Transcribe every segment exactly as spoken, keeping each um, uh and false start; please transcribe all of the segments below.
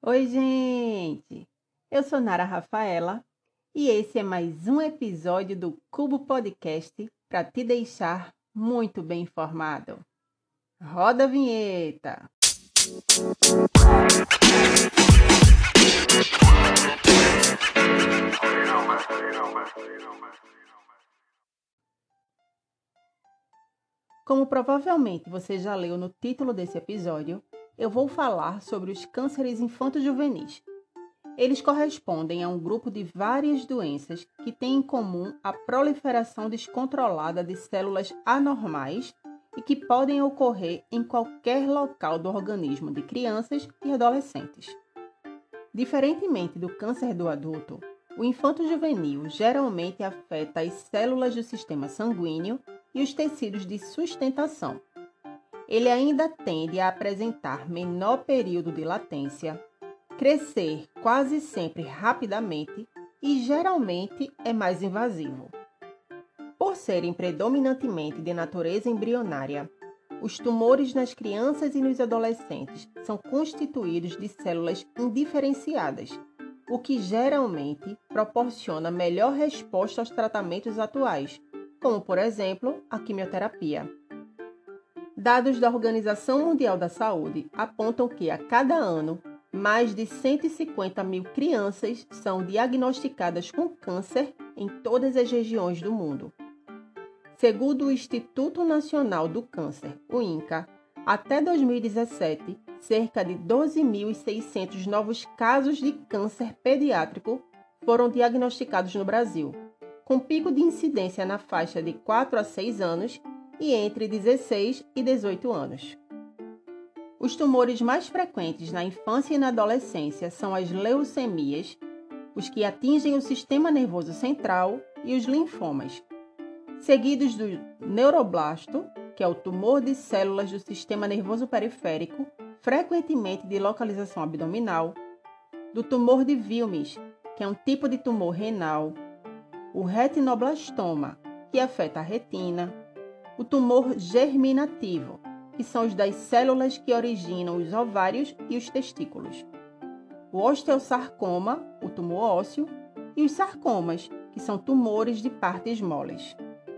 Oi, gente! Eu sou Nara Rafaela e esse é mais um episódio do Cubo Podcast para te deixar muito bem informado. Roda a vinheta! Como provavelmente você já leu no título desse episódio, eu vou falar sobre os cânceres infanto-juvenis. Eles correspondem a um grupo de várias doenças que têm em comum a proliferação descontrolada de células anormais e que podem ocorrer em qualquer local do organismo de crianças e adolescentes. Diferentemente do câncer do adulto, o infanto-juvenil geralmente afeta as células do sistema sanguíneo e os tecidos de sustentação. Ele ainda tende a apresentar menor período de latência, crescer quase sempre rapidamente e geralmente é mais invasivo. Por serem predominantemente de natureza embrionária, os tumores nas crianças e nos adolescentes são constituídos de células indiferenciadas, o que geralmente proporciona melhor resposta aos tratamentos atuais, como, por exemplo, a quimioterapia. Dados da Organização Mundial da Saúde apontam que, a cada ano, mais de cento e cinquenta mil crianças são diagnosticadas com câncer em todas as regiões do mundo. Segundo o Instituto Nacional do Câncer, o INCA, até dois mil e dezessete, cerca de doze mil e seiscentos novos casos de câncer pediátrico foram diagnosticados no Brasil, com pico de incidência na faixa de quatro a seis anos e entre dezesseis e dezoito anos. Os tumores mais frequentes na infância e na adolescência são as leucemias, os que atingem o sistema nervoso central, e os linfomas, seguidos do neuroblasto, que é o tumor de células do sistema nervoso periférico, frequentemente de localização abdominal, do tumor de Wilms, que é um tipo de tumor renal, o retinoblastoma, que afeta a retina, o tumor germinativo, que são os das células que originam os ovários e os testículos, o osteosarcoma, o tumor ósseo, e os sarcomas, que são tumores de partes moles.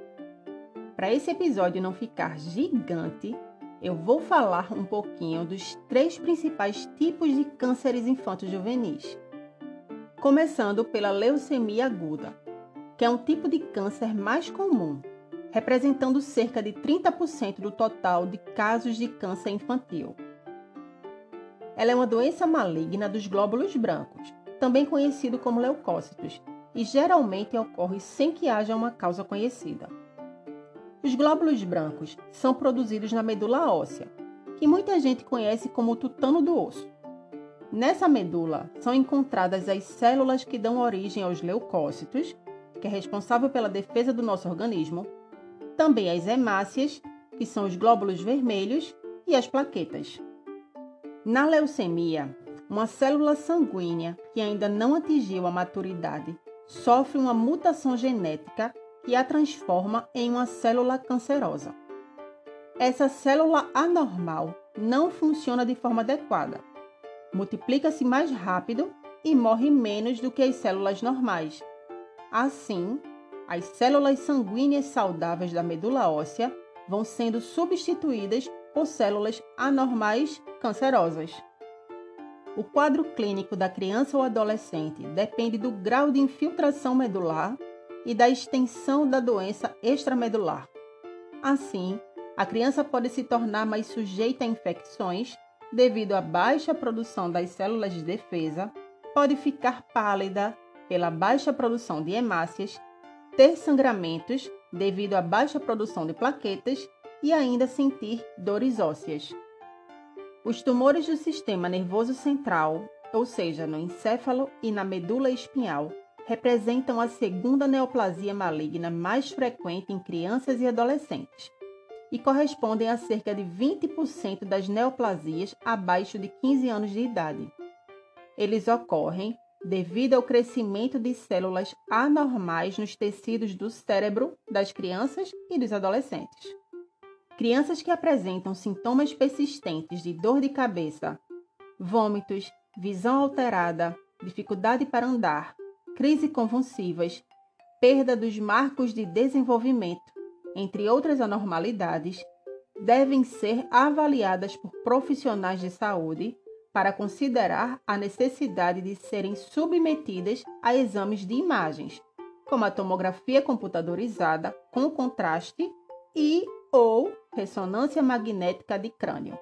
Para esse episódio não ficar gigante, eu vou falar um pouquinho dos três principais tipos de cânceres infanto-juvenis. Começando pela leucemia aguda, que é um tipo de câncer mais comum, representando cerca de trinta por cento do total de casos de câncer infantil. Ela é uma doença maligna dos glóbulos brancos, também conhecido como leucócitos, e geralmente ocorre sem que haja uma causa conhecida. Os glóbulos brancos são produzidos na medula óssea, que muita gente conhece como o tutano do osso. Nessa medula são encontradas as células que dão origem aos leucócitos, que é responsável pela defesa do nosso organismo, também as hemácias, que são os glóbulos vermelhos, e as plaquetas. Na leucemia, uma célula sanguínea que ainda não atingiu a maturidade sofre uma mutação genética que a transforma em uma célula cancerosa. Essa célula anormal não funciona de forma adequada, multiplica-se mais rápido e morre menos do que as células normais. Assim, as células sanguíneas saudáveis da medula óssea vão sendo substituídas por células anormais cancerosas. O quadro clínico da criança ou adolescente depende do grau de infiltração medular e da extensão da doença extramedular. Assim, a criança pode se tornar mais sujeita a infecções devido à baixa produção das células de defesa, pode ficar pálida pela baixa produção de hemácias, ter sangramentos devido à baixa produção de plaquetas e ainda sentir dores ósseas. Os tumores do sistema nervoso central, ou seja, no encéfalo e na medula espinhal, representam a segunda neoplasia maligna mais frequente em crianças e adolescentes e correspondem a cerca de vinte por cento das neoplasias abaixo de quinze anos de idade. Eles ocorrem devido ao crescimento de células anormais nos tecidos do cérebro das crianças e dos adolescentes. Crianças que apresentam sintomas persistentes de dor de cabeça, vômitos, visão alterada, dificuldade para andar, crises convulsivas, perda dos marcos de desenvolvimento, entre outras anormalidades, devem ser avaliadas por profissionais de saúde para considerar a necessidade de serem submetidas a exames de imagens, como a tomografia computadorizada com contraste e ou ressonância magnética de crânio.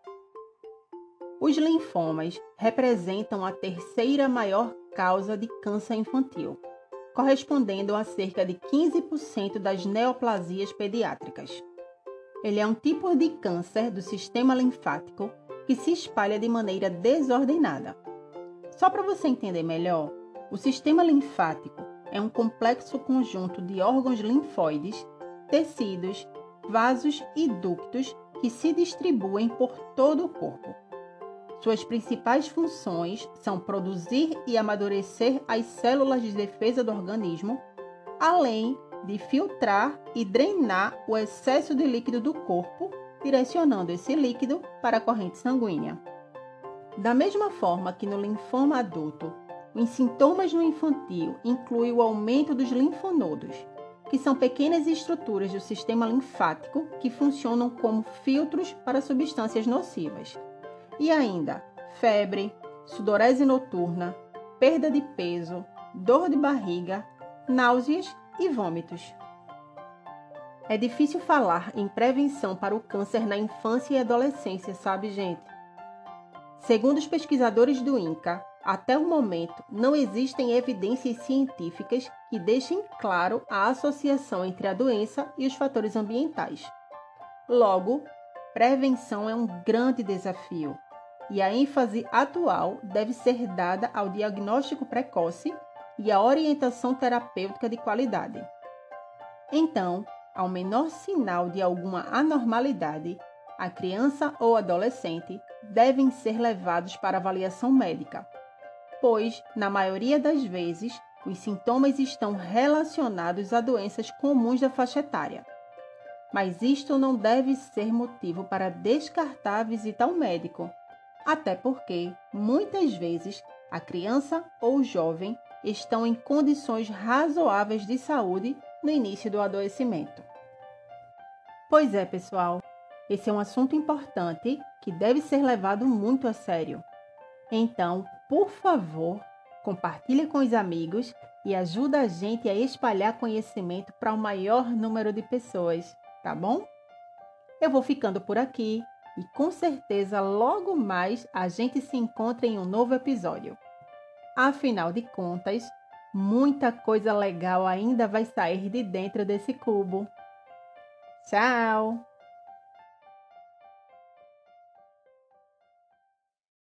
Os linfomas representam a terceira maior causa de câncer infantil, correspondendo a cerca de quinze por cento das neoplasias pediátricas. Ele é um tipo de câncer do sistema linfático que se espalha de maneira desordenada. Só para você entender melhor, o sistema linfático é um complexo conjunto de órgãos linfóides, tecidos, vasos e ductos que se distribuem por todo o corpo. Suas principais funções são produzir e amadurecer as células de defesa do organismo, além de filtrar e drenar o excesso de líquido do corpo, direcionando esse líquido para a corrente sanguínea. Da mesma forma que no linfoma adulto, os sintomas no infantil incluem o aumento dos linfonodos, que são pequenas estruturas do sistema linfático que funcionam como filtros para substâncias nocivas. E ainda, febre, sudorese noturna, perda de peso, dor de barriga, náuseas e vômitos. É difícil falar em prevenção para o câncer na infância e adolescência, sabe, gente? Segundo os pesquisadores do INCA, até o momento não existem evidências científicas que deixem claro a associação entre a doença e os fatores ambientais. Logo, prevenção é um grande desafio. E a ênfase atual deve ser dada ao diagnóstico precoce e à orientação terapêutica de qualidade. Então, ao menor sinal de alguma anormalidade, a criança ou adolescente devem ser levados para avaliação médica, pois, na maioria das vezes, os sintomas estão relacionados a doenças comuns da faixa etária. Mas isto não deve ser motivo para descartar a visita ao médico, até porque, muitas vezes, a criança ou o jovem estão em condições razoáveis de saúde no início do adoecimento. Pois é, pessoal, esse é um assunto importante que deve ser levado muito a sério. Então, por favor, compartilhe com os amigos e ajuda a gente a espalhar conhecimento para o maior número de pessoas, tá bom? Eu vou ficando por aqui. E com certeza logo mais a gente se encontra em um novo episódio. Afinal de contas, muita coisa legal ainda vai sair de dentro desse cubo. Tchau!